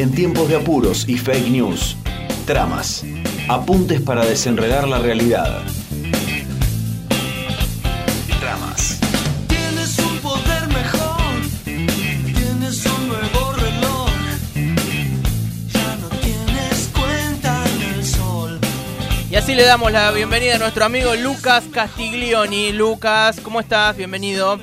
en tiempos de apuros y fake news. Tramas. Apuntes para desenredar la realidad. Tramas. Tienes un poder mejor, tienes un nuevo reloj, ya no tienes cuenta en el sol. Y así le damos la bienvenida a nuestro amigo Lucas Castiglioni. Lucas, ¿cómo estás? Bienvenido.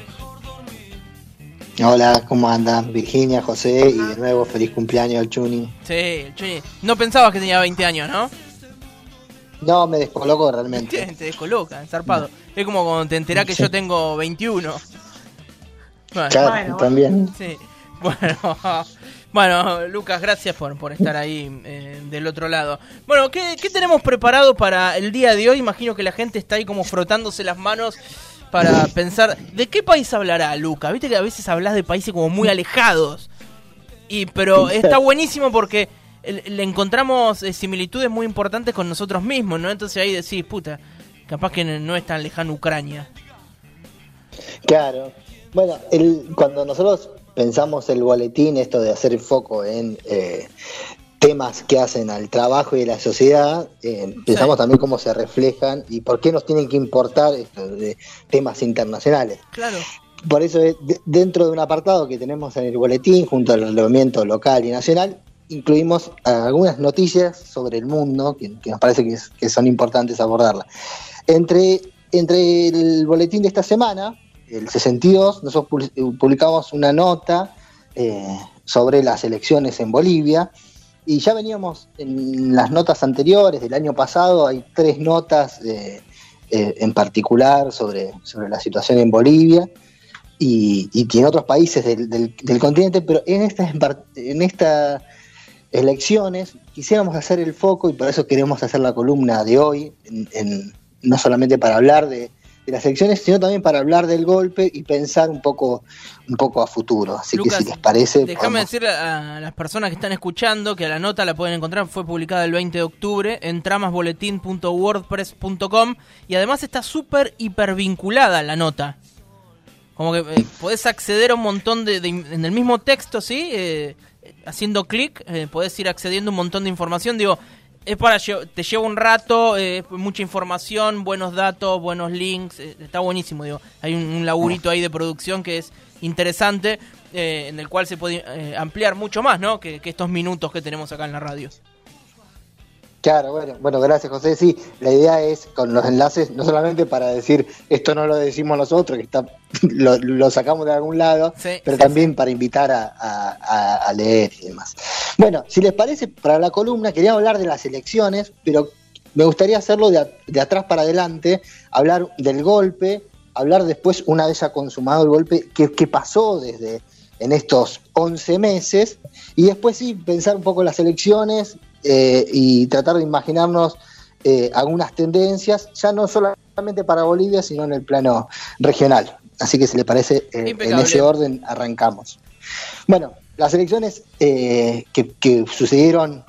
Hola, ¿cómo andan? Virginia, José, y de nuevo feliz cumpleaños al Chuni. Sí, el Chuni. No pensabas que tenía 20 años, ¿no? No, me descoloco realmente. Te descoloca, zarpado. No. Es como cuando te enterás que yo tengo 21. Bueno, también. Sí. Bueno, Lucas, gracias por estar ahí del otro lado. Bueno, ¿qué tenemos preparado para el día de hoy? Imagino que la gente está ahí como frotándose las manos para pensar, ¿de qué país hablará Lucas? Viste que a veces hablas de países como muy alejados. Pero está buenísimo porque le encontramos similitudes muy importantes con nosotros mismos, ¿no? Entonces ahí decís, puta, capaz que no es tan lejano Ucrania. Claro. Bueno, cuando nosotros pensamos el boletín, esto de hacer foco en temas que hacen al trabajo y a la sociedad, pensamos también cómo se reflejan y por qué nos tienen que importar estos de temas internacionales. Claro. Por eso, dentro de un apartado que tenemos en el boletín, junto al relevamiento local y nacional, incluimos algunas noticias sobre el mundo que nos parece que son importantes abordarlas. Entre el boletín de esta semana, el 62, nosotros publicamos una nota sobre las elecciones en Bolivia, y ya veníamos en las notas anteriores del año pasado, hay 3 notas en particular sobre la situación en Bolivia y en otros países del continente, pero en estas elecciones quisiéramos hacer el foco, y por eso queremos hacer la columna de hoy, no solamente para hablar de las elecciones, sino también para hablar del golpe y pensar un poco a futuro. Así Lucas, que si les parece... Déjame decirle a las personas que están escuchando que la nota la pueden encontrar, fue publicada el 20 de octubre en tramasboletin.wordpress.com, y además está súper hipervinculada la nota. Como que podés acceder a un montón en el mismo texto, ¿sí? Haciendo clic, podés ir accediendo a un montón de información. Digo, te lleva un rato, mucha información, buenos datos, buenos links, está buenísimo, digo. Hay un laburito ahí de producción que es interesante, en el cual se puede ampliar mucho más, ¿no? Que estos minutos que tenemos acá en la radio. Claro, bueno, gracias, José. Sí, la idea es con los enlaces, no solamente para decir esto no lo decimos nosotros, que lo sacamos de algún lado, sí, pero también para invitar a leer y demás. Bueno, si les parece, para la columna quería hablar de las elecciones, pero me gustaría hacerlo de atrás para adelante, hablar del golpe, hablar después, una vez ya consumado el golpe, qué pasó en estos 11 meses, y después sí, pensar un poco en las elecciones, y tratar de imaginarnos algunas tendencias, ya no solamente para Bolivia, sino en el plano regional. Así que si le parece, en ese orden arrancamos. Bueno, las elecciones que sucedieron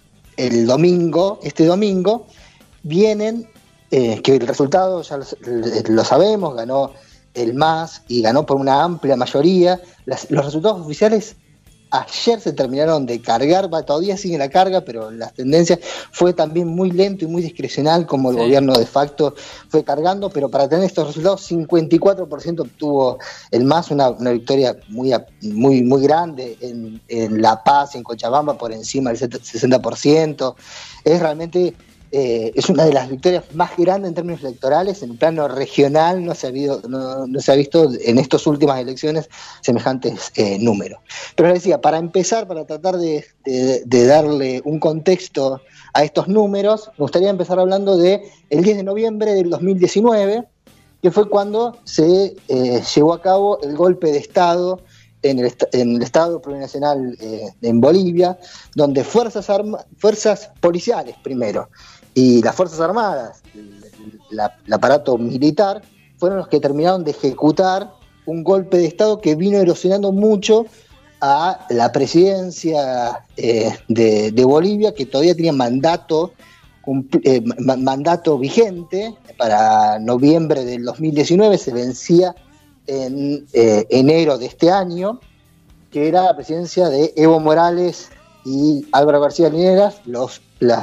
este domingo, vienen, que el resultado ya lo sabemos, ganó el MAS y ganó por una amplia mayoría. Los resultados oficiales ayer se terminaron de cargar, todavía sigue la carga, pero las tendencias fue también muy lento y muy discrecional como el gobierno de facto fue cargando, pero para tener estos resultados 54% obtuvo el MAS, una victoria muy grande en La Paz, en Cochabamba, por encima del 60%. Es realmente es una de las victorias más grandes en términos electorales. En el plano regional no se ha visto en estas últimas elecciones semejantes números. Pero les decía, para empezar, para tratar de darle un contexto a estos números, me gustaría empezar hablando de el 10 de noviembre del 2019, que fue cuando se llevó a cabo el golpe de Estado en el Estado plurinacional en Bolivia, donde fuerzas policiales primero y las Fuerzas Armadas, el aparato militar, fueron los que terminaron de ejecutar un golpe de Estado que vino erosionando mucho a la presidencia de Bolivia, que todavía tenía mandato vigente para noviembre del 2019, se vencía en enero de este año, que era la presidencia de Evo Morales y Álvaro García Linera, los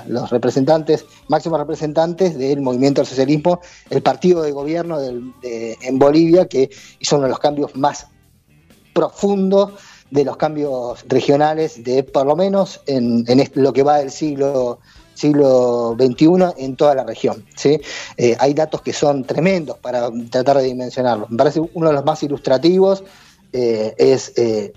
máximos representantes del movimiento del socialismo, el partido de gobierno en Bolivia, que hizo uno de los cambios más profundos de los cambios regionales de por lo menos en lo que va del siglo XXI en toda la región, ¿sí? Hay datos que son tremendos para tratar de dimensionarlos. Me parece uno de los más ilustrativos es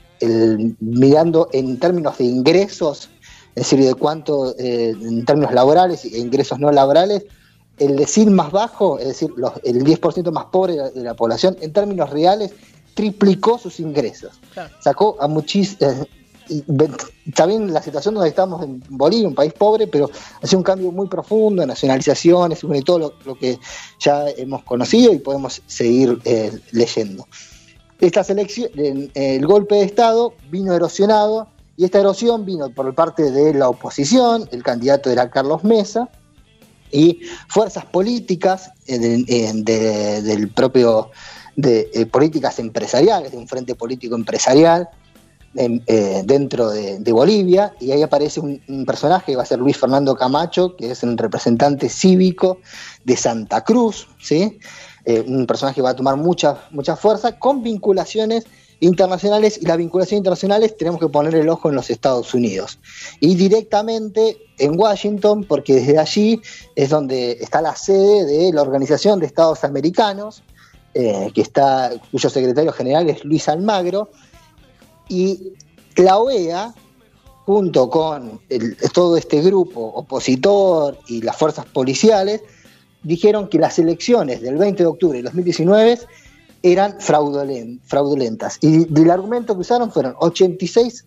mirando en términos de ingresos, es decir, de cuánto en términos laborales e ingresos no laborales, el decil más bajo, es decir, el 10% más pobre de la población, en términos reales, triplicó sus ingresos. Claro. Sacó a muchísimos. Está bien la situación donde estamos en Bolivia, un país pobre, pero ha sido un cambio muy profundo, nacionalizaciones y todo lo que ya hemos conocido y podemos seguir leyendo. Esta selección, el golpe de Estado vino erosionado, y esta erosión vino por parte de la oposición, el candidato era Carlos Mesa, y fuerzas políticas del propio políticas empresariales, de un frente político empresarial dentro de Bolivia, y ahí aparece un personaje que va a ser Luis Fernando Camacho, que es un representante cívico de Santa Cruz, ¿sí? Un personaje que va a tomar mucha fuerza, con vinculaciones internacionales, y las vinculaciones internacionales tenemos que poner el ojo en los Estados Unidos y directamente en Washington, porque desde allí es donde está la sede de la Organización de Estados Americanos, cuyo secretario general es Luis Almagro, y la OEA, junto con todo este grupo opositor y las fuerzas policiales, dijeron que las elecciones del 20 de octubre de 2019 eran fraudulentas. Y el argumento que usaron fueron 86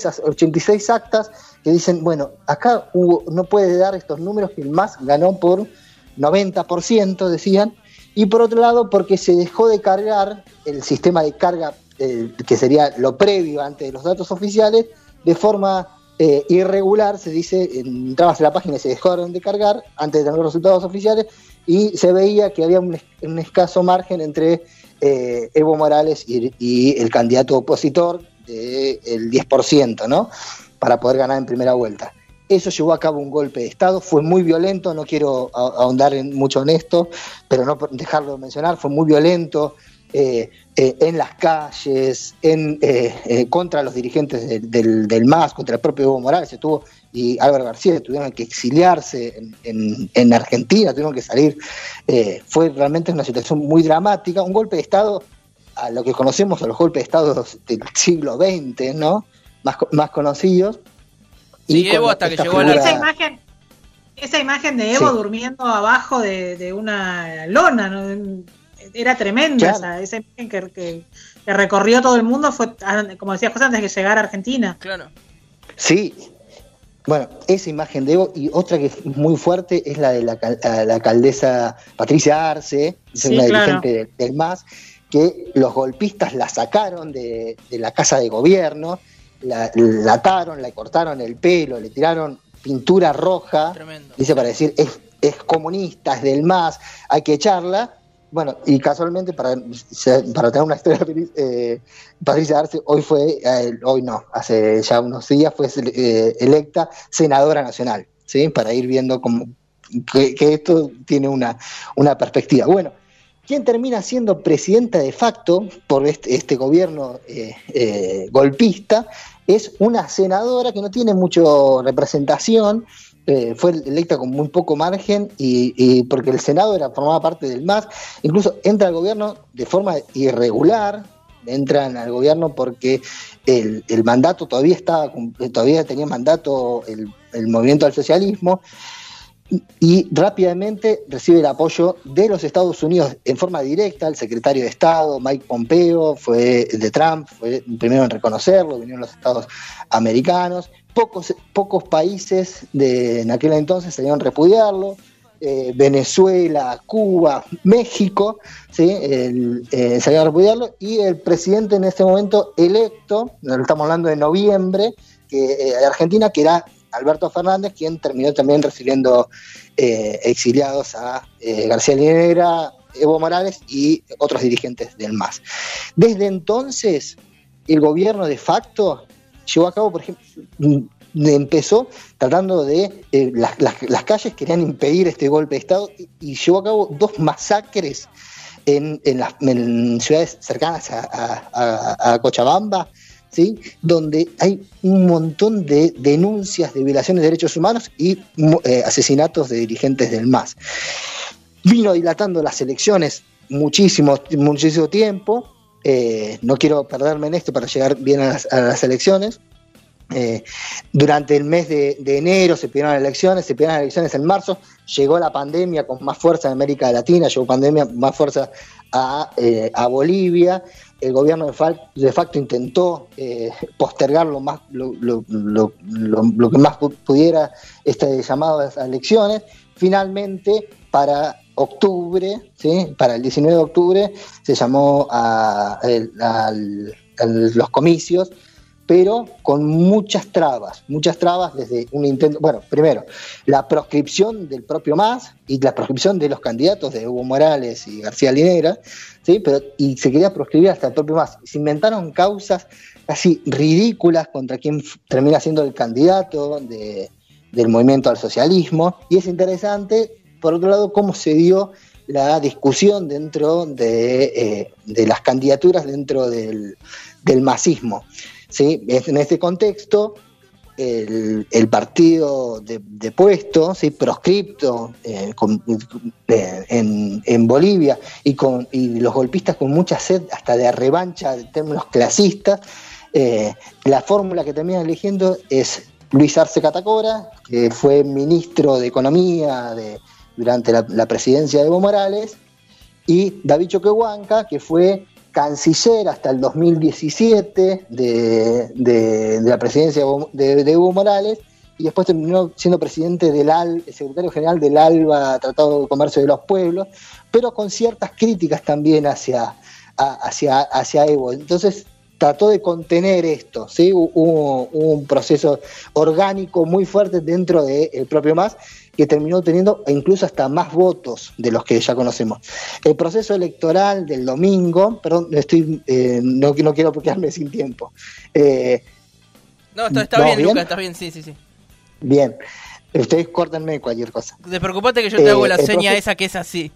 actas que dicen, bueno, acá no puede dar estos números, que el MAS ganó por 90%, decían, y por otro lado porque se dejó de cargar el sistema de carga, que sería lo previo antes de los datos oficiales, de forma irregular. Se dice, entrabas a la página y se dejaron de cargar antes de tener los resultados oficiales, y se veía que había un escaso margen entre Evo Morales y el candidato opositor del 10%, ¿no? Para poder ganar en primera vuelta. Eso llevó a cabo un golpe de Estado, fue muy violento, no quiero ahondar mucho en esto, pero no dejarlo de mencionar, fue muy violento en las calles, contra los dirigentes del MAS, contra el propio Evo Morales, y Álvaro García tuvieron que exiliarse en Argentina, tuvieron que salir. Fue realmente una situación muy dramática, un golpe de Estado a lo que conocemos, a los golpes de Estado del siglo XX, ¿no? Más conocidos. Sí, Evo hasta que llegó a la... Esa imagen de Evo durmiendo abajo de una lona, ¿no? Era tremenda, claro. Esa imagen que recorrió todo el mundo, fue, como decía José, antes de llegar a Argentina. Claro. Sí. Bueno, esa imagen de Evo, y otra que es muy fuerte es la de la alcaldesa Patricia Arce, una dirigente del MAS, que los golpistas la sacaron de la casa de gobierno, la ataron, le cortaron el pelo, le tiraron pintura roja. Tremendo. Dice, para decir, es comunista, es del MAS, hay que echarla. Bueno, y casualmente, para tener una historia feliz, Patricia Arce hace ya unos días fue electa senadora nacional, ¿sí? Para ir viendo que esto tiene una perspectiva. Bueno, ¿quién termina siendo presidenta de facto por este gobierno golpista? Es una senadora que no tiene mucha representación. Fue electa con muy poco margen, y porque el Senado formaba parte del MAS. Incluso entra al gobierno de forma irregular, entran al gobierno porque el mandato todavía tenía mandato el movimiento del socialismo, y rápidamente recibe el apoyo de los Estados Unidos en forma directa. El secretario de Estado, Mike Pompeo, fue de Trump, fue el primero en reconocerlo, vinieron los Estados americanos. Pocos países en aquel entonces salieron a repudiarlo, Venezuela, Cuba, México, ¿sí? Salieron a repudiarlo, y el presidente en este momento electo, estamos hablando de noviembre, de Argentina, que era Alberto Fernández, quien terminó también recibiendo exiliados a García Linera, Evo Morales y otros dirigentes del MAS. Desde entonces, el gobierno de facto llevó a cabo, por ejemplo, empezó tratando de, las calles querían impedir este golpe de Estado y llevó a cabo 2 masacres en ciudades cercanas a Cochabamba, ¿sí? Donde hay un montón de denuncias de violaciones de derechos humanos y asesinatos de dirigentes del MAS. Vino dilatando las elecciones muchísimo tiempo. No quiero perderme en esto para llegar bien a las elecciones. Durante el mes de enero se pidieron elecciones en marzo, llegó la pandemia con más fuerza en América Latina, llegó pandemia con más fuerza a Bolivia. El gobierno de facto intentó postergar lo que más pudiera este llamado a las elecciones. Finalmente, para octubre, ¿sí? Para el 19 de octubre se llamó a los comicios, pero con muchas trabas desde un intento. Bueno, primero, la proscripción del propio MAS y la proscripción de los candidatos de Evo Morales y García Linera, ¿sí? Y se quería proscribir hasta el propio MAS. Se inventaron causas casi ridículas contra quien termina siendo el candidato del movimiento al socialismo, y es interesante, por otro lado, cómo se dio la discusión dentro de las candidaturas dentro del masismo. ¿Sí? En este contexto, el partido depuesto, ¿sí? Proscripto en Bolivia y los golpistas con mucha sed hasta de revancha de términos clasistas, la fórmula que terminan eligiendo es Luis Arce Catacora, que fue ministro de Economía durante la presidencia de Evo Morales, y David Choquehuanca, que fue canciller hasta el 2017 de la presidencia de Evo Morales, y después terminó siendo presidente secretario general del ALBA, Tratado de Comercio de los Pueblos, pero con ciertas críticas también hacia Evo. Entonces trató de contener esto, ¿sí? Hubo un proceso orgánico muy fuerte dentro del propio MAS, que terminó teniendo incluso hasta más votos de los que ya conocemos. El proceso electoral del domingo, perdón, no quiero quedarme sin tiempo. No, está bien, Lucas, está bien, sí. Bien, ustedes córtenme cualquier cosa. Despreocupate que yo te hago la seña esa que es así.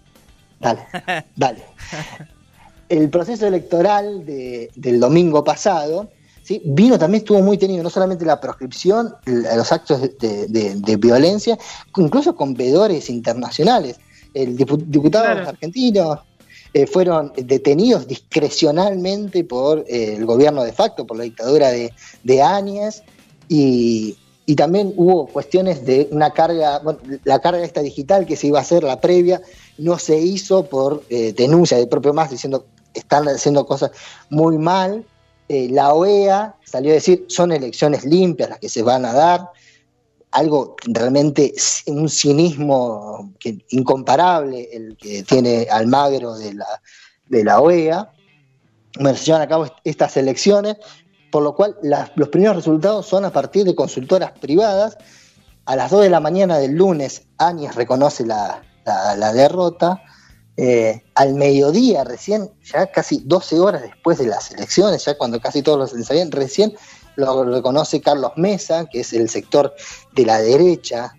Dale. El proceso electoral del domingo pasado, ¿sí? Estuvo muy tenido, no solamente la proscripción, los actos de violencia, incluso con veedores internacionales. Diputados argentinos fueron detenidos discrecionalmente por el gobierno de facto, por la dictadura de Áñez, y también hubo cuestiones de una carga, la carga esta digital que se iba a hacer, la previa, no se hizo por denuncia del propio MAS diciendo están haciendo cosas muy mal. La OEA salió a decir son elecciones limpias las que se van a dar, algo realmente, un cinismo incomparable el que tiene Almagro de la OEA. Bueno, se llevan a cabo estas elecciones, por lo cual los primeros resultados son a partir de consultoras privadas. A las 2 de la mañana del lunes, Áñez reconoce la derrota. Al mediodía, recién, ya casi 12 horas después de las elecciones, ya cuando casi todos lo sabían, recién lo reconoce Carlos Mesa, que es el sector de la derecha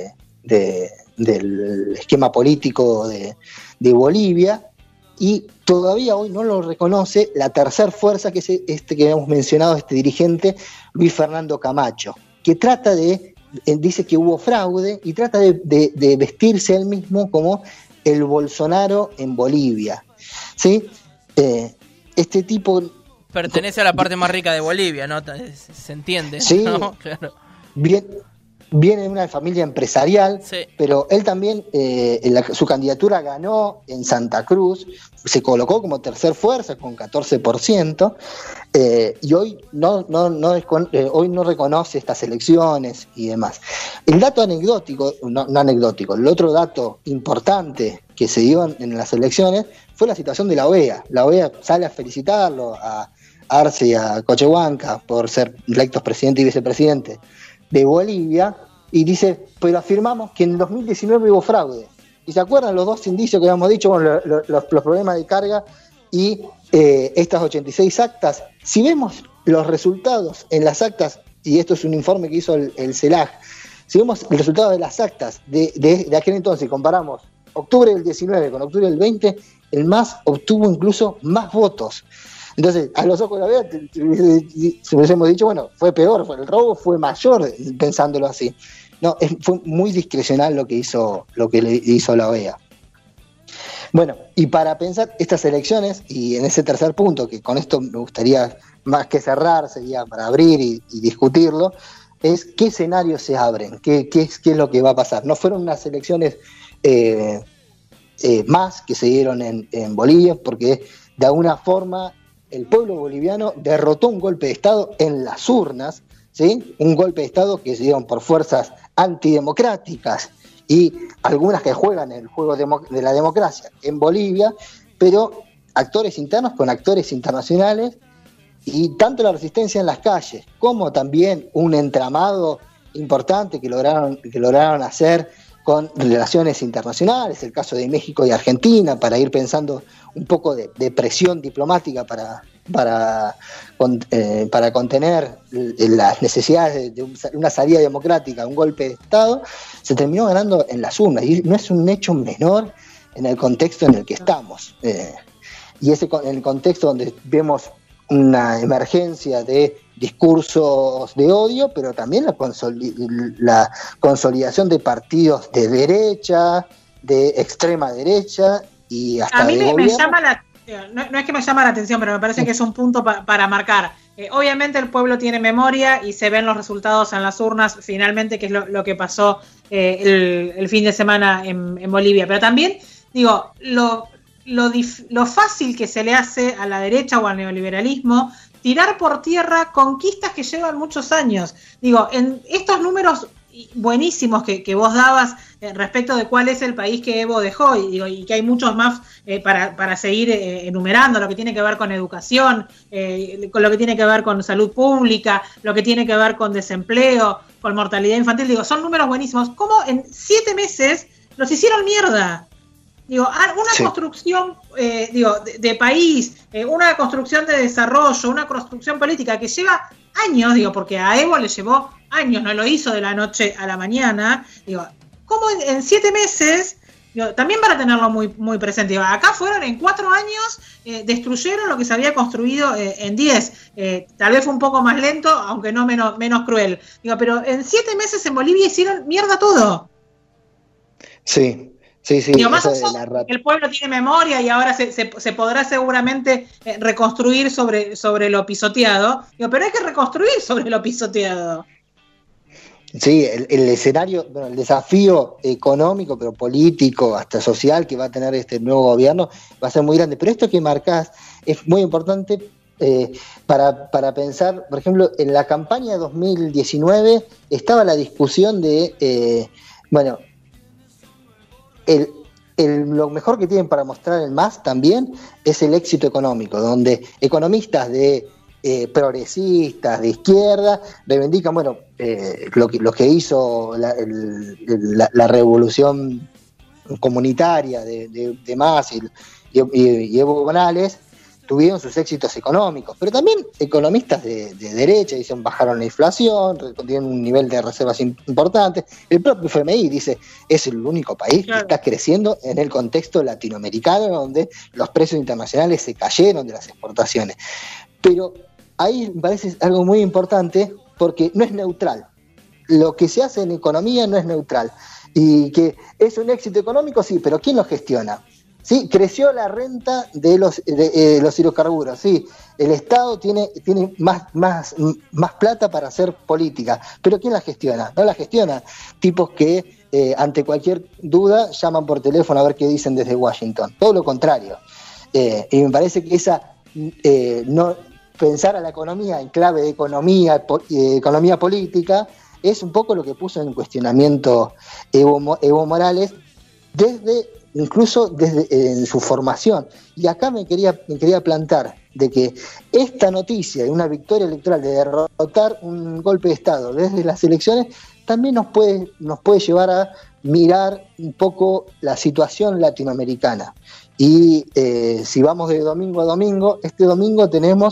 del esquema político de Bolivia, y todavía hoy no lo reconoce la tercer fuerza, que es que hemos mencionado, este dirigente Luis Fernando Camacho, que trata dice que hubo fraude y trata de vestirse él mismo como el Bolsonaro en Bolivia, ¿sí? Este tipo pertenece a la parte más rica de Bolivia, ¿no? Se entiende, sí, ¿no? Claro. Viene de una familia empresarial, sí. Pero él también, su candidatura ganó en Santa Cruz, se colocó como tercer fuerza con 14%, y hoy hoy no reconoce estas elecciones y demás. El dato anecdótico, no anecdótico, el otro dato importante que se dio en las elecciones fue la situación de la OEA. La OEA sale a felicitarlo a Arce y a Choquehuanca por ser electos presidente y vicepresidente de Bolivia, y dice, pero afirmamos que en el 2019 hubo fraude. ¿Y se acuerdan los dos indicios que habíamos dicho? Bueno, los problemas de carga y estas 86 actas. Si vemos los resultados en las actas y esto es un informe que hizo el CELAC, si vemos el resultado de las actas de aquel entonces, comparamos octubre del 19 con octubre del 20, el MAS obtuvo incluso más votos. Entonces, a los ojos de la OEA, si hubiésemos dicho, bueno, fue peor, el robo fue mayor, pensándolo así. No, fue muy discrecional lo que le hizo la OEA. Bueno, y para pensar estas elecciones, y en ese tercer punto, que con esto me gustaría más que cerrar, sería para abrir y discutirlo, es qué escenarios se abren, qué es lo que va a pasar. No fueron unas elecciones más que se dieron en Bolivia, porque de alguna forma el pueblo boliviano derrotó un golpe de Estado en las urnas, ¿sí? Un golpe de Estado que se dieron por fuerzas antidemocráticas y algunas que juegan el juego de la democracia en Bolivia, pero actores internos con actores internacionales, y tanto la resistencia en las calles como también un entramado importante que lograron hacer con relaciones internacionales, el caso de México y Argentina, para ir pensando un poco de presión diplomática para contener las necesidades de una salida democrática, un golpe de Estado, se terminó ganando en las urnas, y no es un hecho menor en el contexto en el que estamos. Y en el contexto donde vemos una emergencia de discursos de odio, pero también la consolidación de partidos de derecha, de extrema derecha y hasta a mí de me llama la atención, no es que me llama la atención, pero me parece que es un punto para marcar. Obviamente el pueblo tiene memoria y se ven los resultados en las urnas finalmente, que es lo que pasó el fin de semana en Bolivia, pero también digo, lo fácil que se le hace a la derecha o al neoliberalismo tirar por tierra conquistas que llevan muchos años. Digo, en estos números buenísimos que vos dabas respecto de cuál es el país que Evo dejó, y que hay muchos más para seguir enumerando, lo que tiene que ver con educación, con lo que tiene que ver con salud pública, lo que tiene que ver con desempleo, con mortalidad infantil, digo, son números buenísimos. ¿Cómo en 7 meses los hicieron mierda? Digo, una construcción de país, una construcción de desarrollo, una construcción política que lleva años, porque a Evo le llevó años, no lo hizo de la noche a la mañana, ¿cómo en 7 meses? También para tenerlo muy, muy presente. Acá fueron en 4 años, destruyeron lo que se había construido en 10. Tal vez fue un poco más lento, aunque no menos cruel. Pero en 7 meses en Bolivia hicieron mierda todo. Sí. Sí, más el pueblo tiene memoria y ahora se podrá seguramente reconstruir sobre lo pisoteado. Pero hay que reconstruir sobre lo pisoteado. Sí, el escenario, el desafío económico, pero político, hasta social, que va a tener este nuevo gobierno va a ser muy grande. Pero esto que marcás es muy importante para pensar, por ejemplo, en la campaña de 2019 estaba la discusión de, lo mejor que tienen para mostrar el MAS también es el éxito económico, donde economistas progresistas, de izquierda, reivindican lo que hizo la revolución comunitaria de MAS y Evo Morales, tuvieron sus éxitos económicos, pero también economistas de derecha dicen bajaron la inflación, tienen un nivel de reservas importante. El propio FMI dice es el único país que está creciendo en el contexto latinoamericano, donde los precios internacionales se cayeron de las exportaciones. Pero ahí me parece algo muy importante porque no es neutral. Lo que se hace en economía no es neutral. Y que es un éxito económico, sí, pero ¿quién lo gestiona? Sí, creció la renta de los hidrocarburos, sí, el Estado tiene más plata para hacer política, pero ¿quién la gestiona? No la gestiona tipos que ante cualquier duda llaman por teléfono a ver qué dicen desde Washington, todo lo contrario. Y me parece que no pensar a la economía en clave de economía política es un poco lo que puso en cuestionamiento Evo Morales incluso desde su formación. Y acá me quería plantar de que esta noticia de una victoria electoral, de derrotar un golpe de Estado desde las elecciones, también nos puede llevar a mirar un poco la situación latinoamericana. Y si vamos de domingo a domingo, este domingo tenemos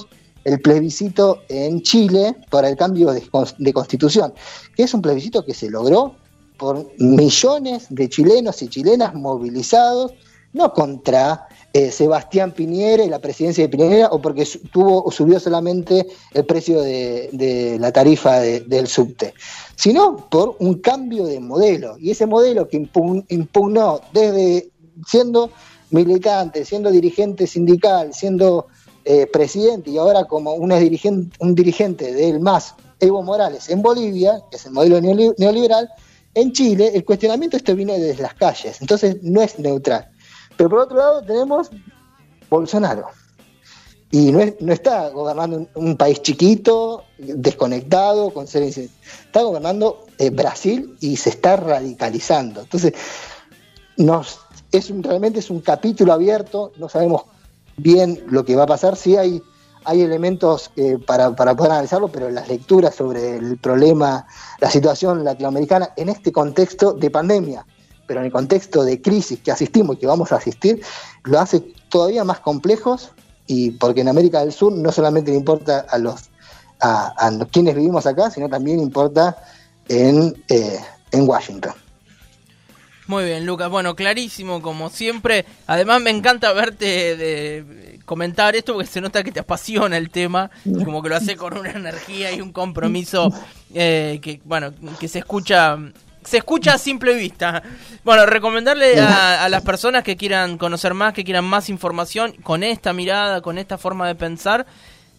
el plebiscito en Chile para el cambio de constitución, que es un plebiscito que se logró por millones de chilenos y chilenas movilizados, no contra Sebastián Piñera y la presidencia de Piñera, o porque subió solamente el precio de la tarifa del subte, sino por un cambio de modelo. Y ese modelo que impugnó desde siendo militante, siendo dirigente sindical, siendo presidente y ahora como un dirigente del MAS, Evo Morales, en Bolivia, que es el modelo neoliberal, en Chile el cuestionamiento viene desde las calles, entonces no es neutral. Pero por otro lado tenemos Bolsonaro, y no está gobernando un país chiquito, desconectado, con está gobernando Brasil y se está radicalizando. Entonces realmente es un capítulo abierto, no sabemos bien lo que va a pasar. Sí hay elementos para poder analizarlo, pero las lecturas sobre el problema, la situación latinoamericana en este contexto de pandemia, pero en el contexto de crisis que asistimos y que vamos a asistir, lo hace todavía más complejos, y porque en América del Sur no solamente le importa a quienes vivimos acá, sino también importa en Washington. Muy bien, Lucas. Bueno, clarísimo, como siempre. Además, me encanta verte comentar esto porque se nota que te apasiona el tema, y como que lo hace con una energía y un compromiso que se escucha a simple vista. Bueno, recomendarle a las personas que quieran conocer más, que quieran más información con esta mirada, con esta forma de pensar,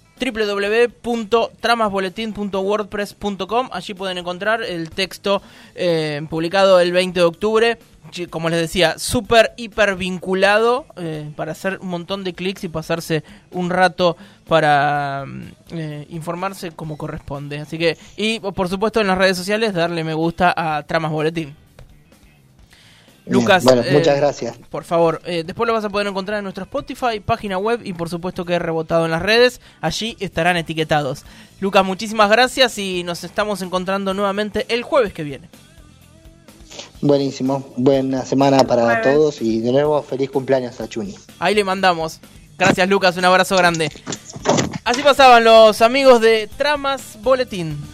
www.tramasboletin.wordpress.com. Allí pueden encontrar el texto publicado el 20 de octubre. Como les decía, súper, hiper vinculado para hacer un montón de clics y pasarse un rato para informarse como corresponde. Así que, y por supuesto en las redes sociales, darle me gusta a Tramas Boletín. Lucas, bueno, muchas gracias. Por favor, después lo vas a poder encontrar en nuestro Spotify, página web, y por supuesto que he rebotado en las redes. Allí estarán etiquetados. Lucas, muchísimas gracias y nos estamos encontrando nuevamente el jueves que viene. Buenísimo, buena semana para todos y de nuevo feliz cumpleaños a Chuni. Ahí le mandamos. Gracias, Lucas, un abrazo grande. Así pasaban los amigos de Tramas Boletín.